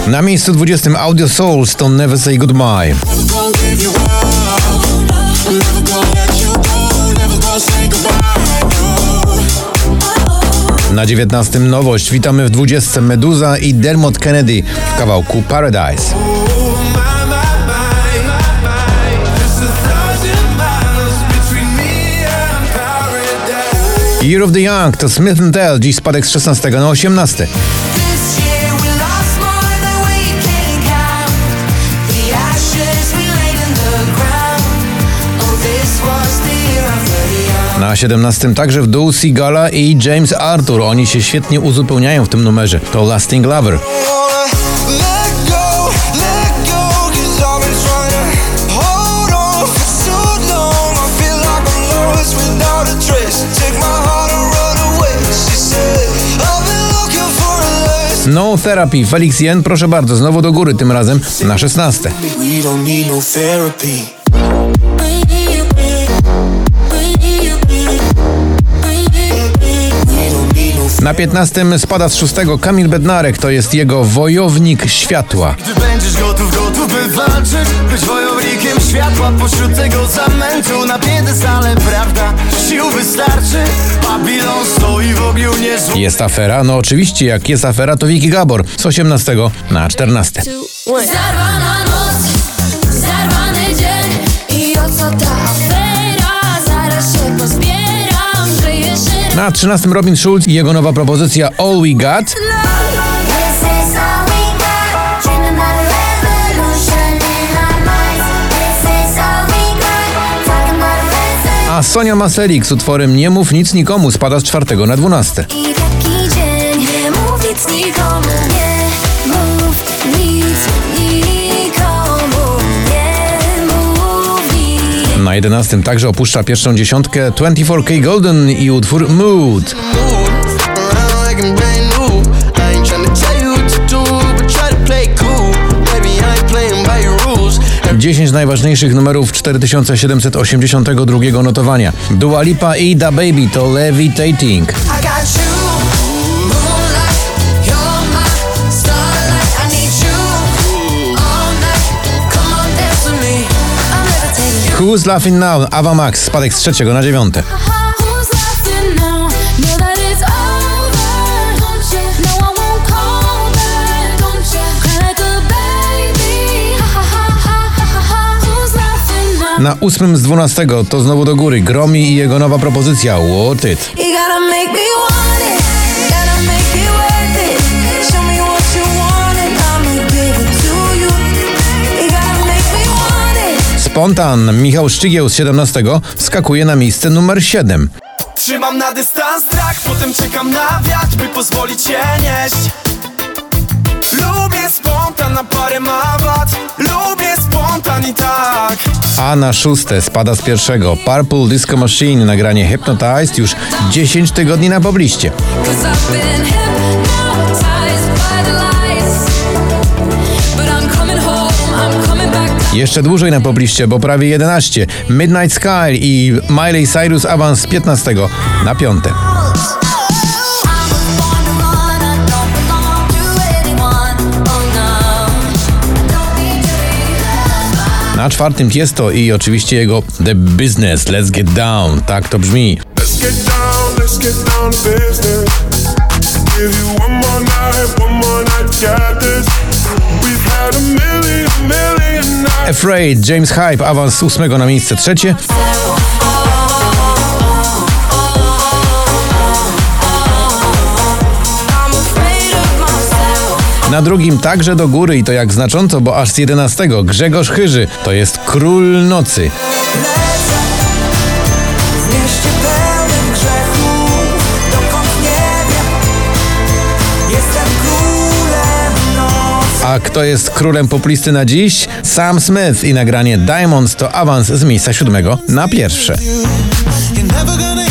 Na miejscu 20 Audio Souls to Never Say Goodbye. Na 19 nowość, witamy w 20 Meduza i Dermot Kennedy w kawałku Paradise. Year of the Young to Smith & Tell, dziś spadek z 16 na 18. Na 17 także w dół Sigala i James Arthur. Oni się świetnie uzupełniają w tym numerze. To Lasting Lover. No Therapy, Felix Jen, proszę bardzo, znowu do góry, tym razem na 16. Na 15 spada z 6 Kamil Bednarek, to jest jego Wojownik Światła. Gdy będziesz gotów by walczyć, być wojownikiem światła pośród tego zamętu na piedestale, prawda? Sił wystarczy, Babilon stoi w ogniu niezłomnym. Jest afera? No oczywiście, jak jest afera, to Vicky Gabor z 18 na 14. Zarwana noc, zarwany dzień i o co ta afera? Zaraz się pozbieram, że jeszcze... Na 13 Robin Schulz i jego nowa propozycja All We Got. A Sonia Maselik z utworem Nie mów nic nikomu spada z 4 na 12. I taki dzień, nie mów nic nikomu, nie mów nic nikomu, nie mów nic. Na 11 także opuszcza pierwszą dziesiątkę 24K Golden i utwór Mood. 10 najważniejszych numerów 4782 notowania. Dua Lipa i Da Baby to Levitating. Who's Laughing Now? Ava Max, spadek z 3 na 9. Na 8 z 12 to znowu do góry Gromi i jego nowa propozycja Worth It. Spontan Michał Szczygieł z 17 wskakuje na miejsce numer 7. Trzymam na dystans strach, potem czekam na wiatr, by pozwolić się nieść. Lubię spontan, na parę ma wad. Lubię spontan i tak. A na 6 spada z 1 Purple Disco Machine, nagranie Hypnotized, już 10 tygodni na pobliście. Jeszcze dłużej na pobliście, bo prawie 11. Midnight Sky i Miley Cyrus awans z 15 na 5. Na 4 Tiesto i oczywiście jego The Business, Let's Get Down, tak to brzmi. Afraid, James Hype, awans z 8 na miejsce 3. Na drugim także do góry i to jak znacząco, bo aż z 11 Grzegorz Chyży, to jest Król Nocy. A kto jest królem poplisty na dziś? Sam Smith i nagranie Diamonds to awans z miejsca 7 na 1.